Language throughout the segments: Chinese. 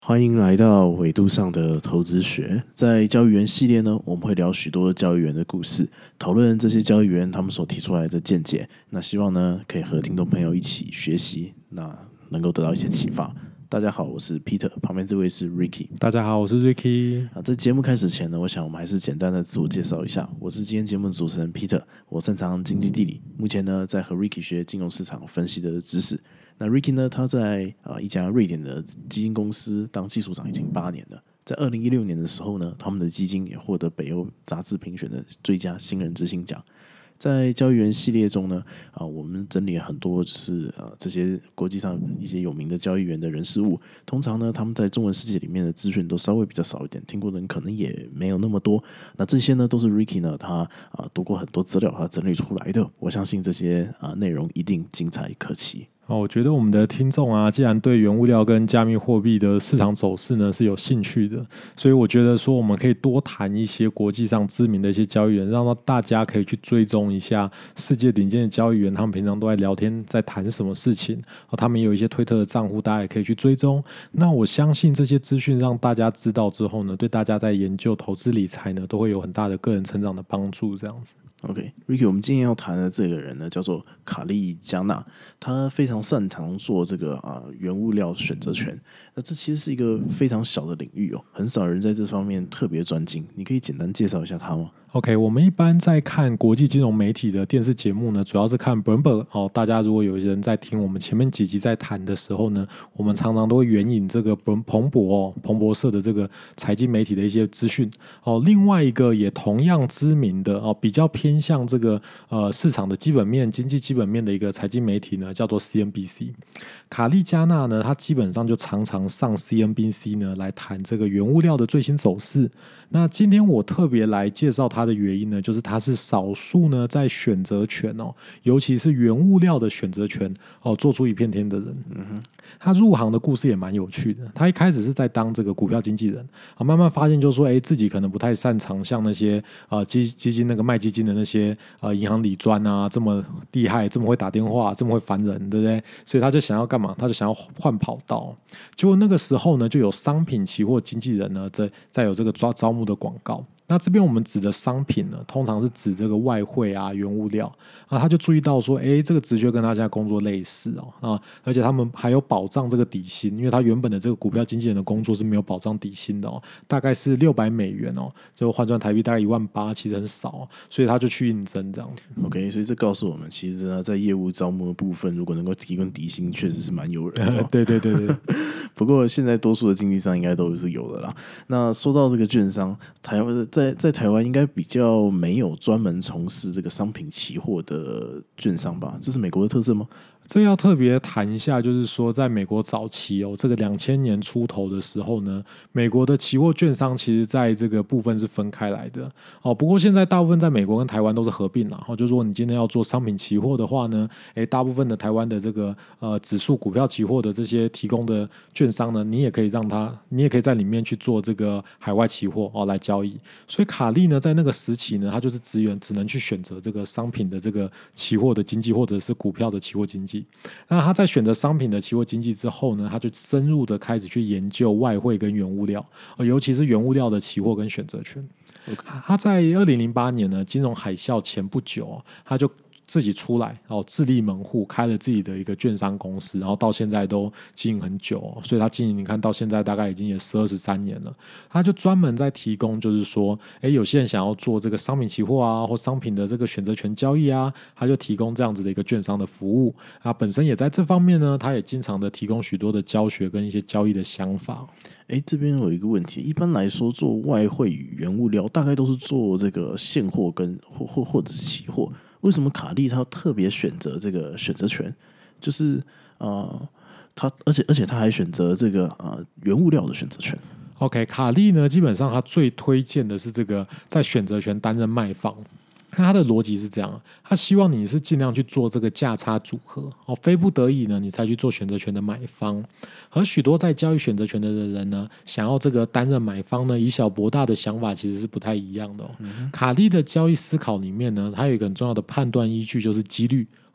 欢迎来到纬度上的投资学。在交易员系列呢，我们会聊许多交易员的故事，讨论这些交易员他们所提出来的见解。那希望呢，可以和听众朋友一起学习，那能够得到一些启发。大家好，我是 Peter，旁边这位是 Ricky。 大家好，我是 Ricky。 在节目开始前呢，我想我们还是简单的自我介绍一下。我是今天节目的主持人 Peter，我擅长经济地理，目前呢在和 Ricky 学金融市场分析的知识。那 Ricky 呢，他在一家瑞典的基金公司当技术长已经8年了。在2016年的时候呢，他们的基金也获得北欧杂志评选的最佳新人执行奖。在交易员系列中呢，我们整理了很多就是这些国际上一些有名的交易员的人事物。通常呢，他们在中文世界里面的资讯都稍微比较少一点，听过的人可能也没有那么多。那这些呢，都是 Ricky 呢他读过很多资料，他整理出来的。我相信这些内容一定精彩可期。 我觉得我们的听众啊，既然对原物料跟加密货币的市场走势呢是有兴趣的，所以我觉得说我们可以多谈一些国际上知名的一些交易员，让大家可以去追踪一下世界顶尖的交易员，他们平常都在聊天，在谈什么事情。他们也有一些推特的账户，大家也可以去追踪。那我相信这些资讯让大家知道之后呢，对大家在研究投资理财呢，都会有很大的个人成长的帮助。这样子。 OK，Ricky，我们今天要谈的这个人呢，叫做卡利加纳，他非常擅长做这个原物料选择权。那这其实是一个非常小的领域哦，很少人在这方面特别专精。你可以简单介绍一下他吗 ？OK， 我们一般在看国际金融媒体的电视节目呢，主要是看 Bloomberg 大家如果有人在听我们前面几集在谈的时候呢，我们常常都会援引这个彭博社的这个财经媒体的一些资讯另外一个也同样知名的比较偏向这个市场的基本面、经济基本面的一个财经媒体呢，叫做 CNBC。卡利加纳呢，他基本上就常常上 CNBC 呢来谈这个原物料的最新走势。那今天我特别来介绍他的原因呢，就是他是少数呢在选择权尤其是原物料的选择权做出一片天的人。他入行的故事也蛮有趣的。他一开始是在当这个股票经纪人慢慢发现就是说，自己可能不太擅长像那些基金那个卖基金的那些银行理专啊这么厉害，这么会打电话，这么会烦人，对不对？所以他就想要干嘛？他就想要换跑道。结果那个时候呢，就有商品期货经纪人呢在有这个招募的广告。那这边我们指的商品呢，通常是指这个外汇啊、原物料他就注意到说，这个职缺跟他现在工作类似而且他们还有保障这个底薪，因为他原本的这个股票经纪人的工作是没有保障底薪的大概是$600就换算台币大概18000，其实很少所以他就去应征这样子。 OK， 所以这告诉我们，其实呢，在业务招募的部分，如果能够提供底薪，确实是蛮诱人的对。 不过现在多数的经纪商应该都是有的啦。那说到这个券商，在台湾应该比较没有专门从事这个商品期货的券商吧？这是美国的特色吗？ 这要特别谈一下，就是说，在美国早期这个2000年出头的时候呢，美国的期货券商其实在这个部分是分开来的不过现在大部分在美国跟台湾都是合并了就是说你今天要做商品期货的话呢，大部分的台湾的这个指数股票期货的这些提供的券商呢，你也可以在里面去做这个海外期货来交易。所以卡利呢，在那个时期呢，他就是只能去选择这个商品的这个期货的经济，或者是股票的期货经济。那他在选择商品的期货经济之后呢，他就深入的开始去研究外汇跟原物料尤其是原物料的期货跟选择权。他在2008年呢，金融海啸前不久他就自己出来自立门户，开了自己的一个券商公司，然后到现在都经营很久所以他经营你看到现在大概已经也12、13年了。他就专门在提供就是说有些人想要做这个商品期货啊，或商品的这个选择权交易啊，他就提供这样子的一个券商的服务本身也在这方面呢，他也经常的提供许多的教学跟一些交易的想法。 这边有一个问题，一般来说做外汇与原物料大概都是做这个现货跟或者是期货，为什么卡利他特别选择这个选择权？就是而且他还选择这个原物料的选择权。 OK， 卡利呢，基本上他最推荐的是这个在选择权担任卖方。那他的逻辑是这样，他希望你是尽量去做这个价差组合非不得已呢，你才去做选择权的买方。和许多在交易选择权的人呢，想要这个担任买方呢，以小博大的想法其实是不太一样的卡利的交易思考里面呢，它有一个很重要的判断依据，就是几率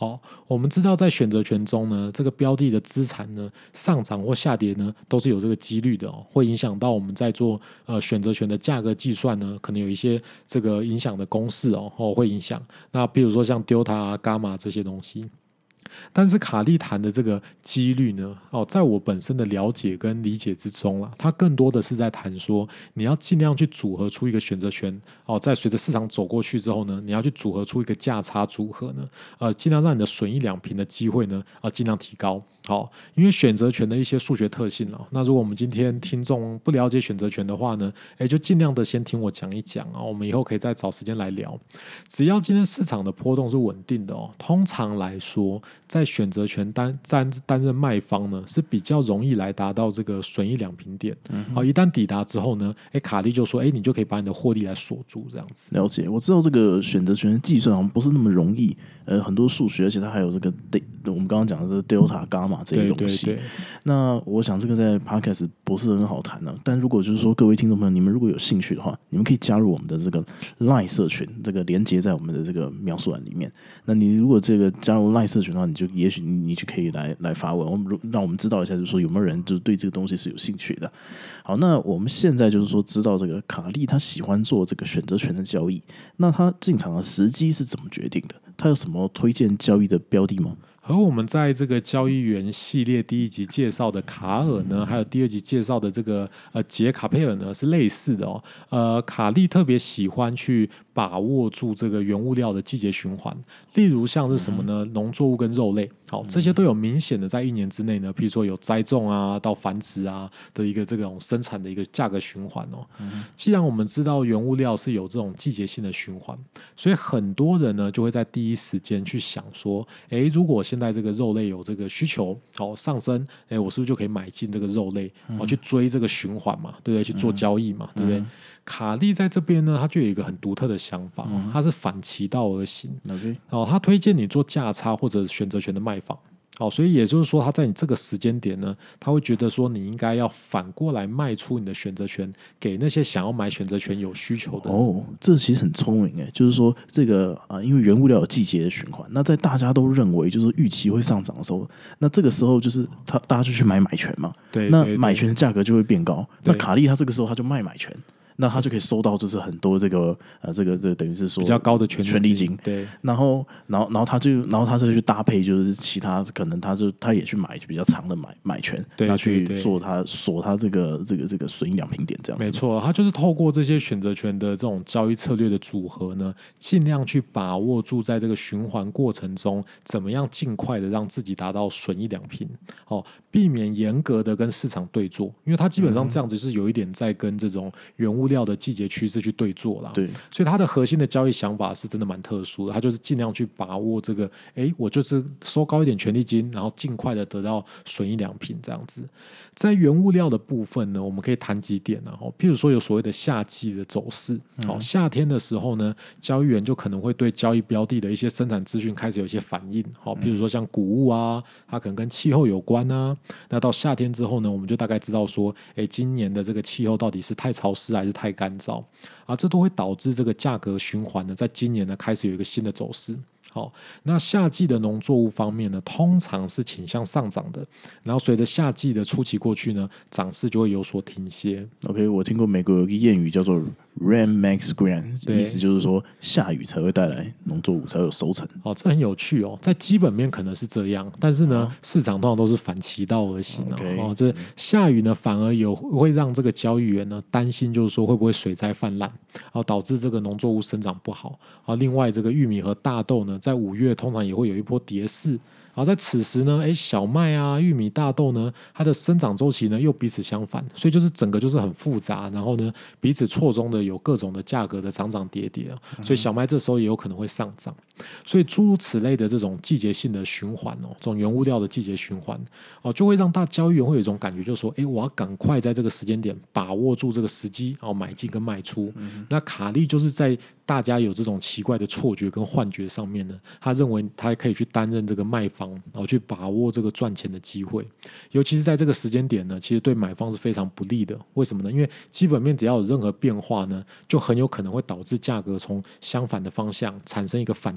好，我们知道在选择权中呢，这个标的的资产呢上涨或下跌呢，都是有这个几率的哦，会影响到我们在做选择权的价格计算呢，可能有一些这个影响的公式会影响。那比如说像 delta 啊、伽马这些东西。但是卡利谈的这个几率呢，在我本身的了解跟理解之中啦，它更多的是在谈说，你要尽量去组合出一个选择权，在随着市场走过去之后呢，你要去组合出一个价差组合呢，尽量让你的损益两平的机会呢，尽量提高。好，因为选择权的一些数学特性那如果我们今天听众不了解选择权的话呢，就尽量的先听我讲一讲我们以后可以再找时间来聊。只要今天市场的波动是稳定的通常来说，在选择权担任卖方呢，是比较容易来达到这个损益两平点。一旦抵达之后呢，卡利就说，你就可以把你的获利来锁住，这样子。 了解，我知道这个选择权的计算好像不是那么容易，很多数学，而且它还有这个我们刚刚讲的这个 delta 伽马这些东西。 对， 那我想这个在 podcast 不是很好谈但如果就是说各位听众朋友，你们如果有兴趣的话，你们可以加入我们的这个 LINE 社群，这个连接在我们的这个描述栏里面。那你如果这个加入 LINE 社群的话，也许你就可以来发问，让我们知道一下，就是说有没有人就是对这个东西是有兴趣的。好，那我们现在就是说知道这个卡利他喜欢做这个选择权的交易，那他进场的时机是怎么决定的？他有什么推荐交易的标的吗？ 和我们在这个交易员系列第一集介绍的卡尔呢，还有第二集介绍的这个杰卡佩尔呢是类似的卡利特别喜欢去把握住这个原物料的季节循环，例如像是什么呢？农作物跟肉类，好，这些都有明显的在一年之内呢，譬如说有栽种啊到繁殖啊的一个这种生产的一个价格循环既然我们知道原物料是有这种季节性的循环，所以很多人呢就会在第一时间去想说，如果现在这个肉类有这个需求上升，我是不是就可以买进这个肉类去追这个循环嘛，对不对？去做交易嘛，对不对？卡利在这边呢，他就有一个很独特的想法他是反其道而行。他推荐你做价差或者选择权的卖方。所以也就是说，他在你这个时间点呢，他会觉得说你应该要反过来卖出你的选择权给那些想要买选择权有需求的人。 这其实很聪明就是说这个因为原物料有季节的循环，那在大家都认为就是预期会上涨的时候，那这个时候就是大家就去买权嘛， 对， 那买权的价格就会变高。 那卡利他这个时候他就卖权。那他就可以收到就是很多这个等于是说比较高的权利金， 对，然后他就去搭配就是其他可能他也去买比较长的买权，那去做锁他这个损益两平点这样子。 没错，他就是透过这些选择权的这种交易策略的组合呢，尽量去把握住在这个循环过程中怎么样尽快的让自己达到损益两平，避免严格的跟市场对坐，因为他基本上这样子是有一点在跟这种原物料的季节趋势去对坐啦。 对， 所以他的核心的交易想法是真的蛮特殊的，他就是尽量去把握这个，我就是收高一点权利金，然后尽快的得到损益两平这样子。在原物料的部分呢，我们可以谈几点譬如说有所谓的夏季的走势，夏天的时候呢，交易员就可能会对交易标的的一些生产资讯开始有一些反应，譬如说像谷物啊，它可能跟气候有关啊。那到夏天之后呢，我们就大概知道说，今年的这个气候到底是太潮湿还是太干燥这都会导致这个价格循环呢，在今年呢开始有一个新的走势。好，那夏季的农作物方面呢，通常是倾向上涨的，然后随着夏季的初期过去呢，涨势就会有所停歇。 OK， 我听过美国有一个谚语叫做 Rain makes grain， 意思就是说下雨才会带来农作物才有收成。 这很有趣在基本面可能是这样，但是呢，市场通常都是反其道而行这下雨呢，反而会让这个交易员呢担心，就是说会不会水灾泛滥，导致这个农作物生长不好另外，这个玉米和大豆呢，在5月通常也会有一波跌势。然后在此时呢，小麦啊、玉米、大豆呢，它的生长周期呢又彼此相反，所以就是整个就是很复杂，然后呢彼此错综的有各种的价格的涨涨跌跌所以小麦这时候也有可能会上涨。所以诸如此类的这种季节性的循环这种原物料的季节循环就会让大交易员会有一种感觉，就是说，我要赶快在这个时间点把握住这个时机，买进跟卖出。那卡利就是在大家有这种奇怪的错觉跟幻觉上面呢，他认为他可以去担任这个卖方，然后去把握这个赚钱的机会。尤其是在这个时间点呢，其实对买方是非常不利的。为什么呢？因为基本面只要有任何变化呢，就很有可能会导致价格从相反的方向产生一个反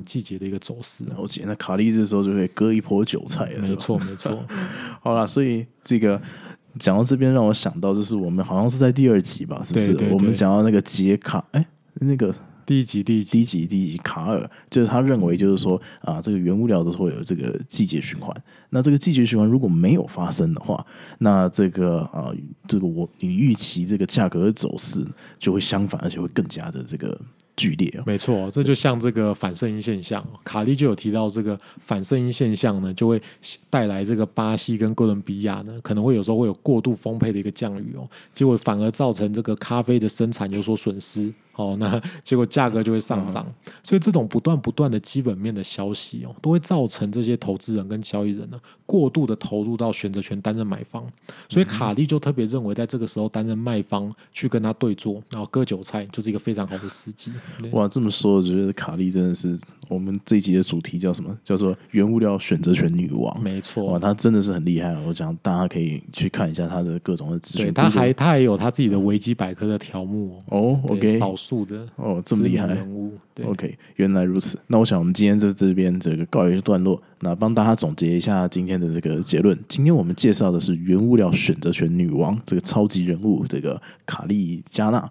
季节的一个走势。 了解，那卡利这时候就会割一波韭菜了。 没错，没错。 好啦，所以这个讲到这边，让我想到就是我们好像是在第2集吧，是不是？ 对， 我们讲到那个杰卡，那个。 第一集卡尔就是他认为就是说这个原物料都会有这个季节循环。那这个季节循环如果没有发生的话，那这个你预期这个价格的走势就会相反，而且会更加的这个剧烈。 没错，这就像这个反圣婴现象，卡利就有提到这个反圣婴现象呢，就会带来这个巴西跟哥伦比亚呢，可能会有时候会有过度丰沛的一个降雨结果反而造成这个咖啡的生产有所损失。那结果价格就会上涨。所以这种不断的基本面的消息都会造成这些投资人跟交易人呢过度的投入到选择权担任买方。所以卡利就特别认为，在这个时候担任卖方去跟他对坐，然后割韭菜，就是一个非常好的时机。 哇，这么说，我觉得卡利真的是我们这一集的主题叫什么？叫做原物料选择权女王。 没错， 哇，他真的是很厉害。我讲大家可以去看一下他的各种的资讯。 他还有他自己的维基百科的条目 OK， 少数的这么厉害人物。 OK， 原来如此。那我想我们今天在这边这个告一段落，那帮大家总结一下今天的这个结论。今天我们介绍的是原物料选择权女王这个超级人物，这个卡利加纳。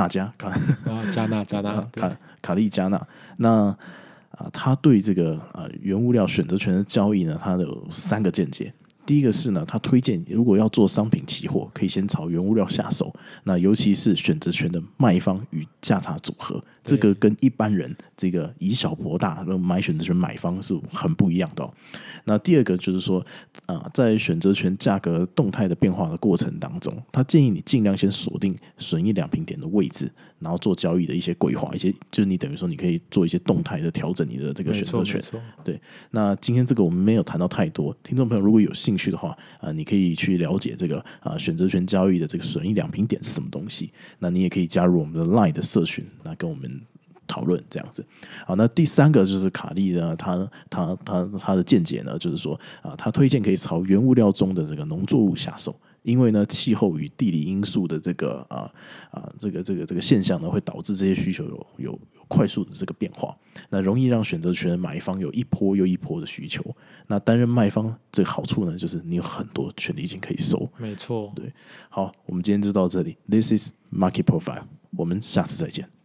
卡利加纳。那他对这个原物料选择权的交易呢，他有3个见解。第一个是呢，他推荐如果要做商品期货，可以先朝原物料下手。那尤其是选择权的卖方与价差组合，这个跟一般人这个以小博大买选择权买方是很不一样的。那第二个就是说，在选择权价格动态的变化的过程当中，他建议你尽量先锁定损益2平点的位置，然后做交易的一些规划，就是你等于说你可以做一些动态的调整你的这个选择权。对，那今天这个我们没有谈到太多，听众朋友如果有兴趣的话，你可以去了解这个选择权交易的这个损益2平点是什么东西。那你也可以加入我们的 LINE 的社群，那跟我们讨论这样子。好，那第3个就是卡利呢，他的见解呢，就是说他推荐可以朝原物料中的这个农作物下手。因为呢，气候与地理因素的这个现象呢，会导致这些需求有快速的这个变化，那容易让选择权的买方有一波又一波的需求。那担任卖方这个好处呢，就是你有很多权利金可以收。 没错， 对。好，我们今天就到这里。This is Market Profile， 我们下次再见。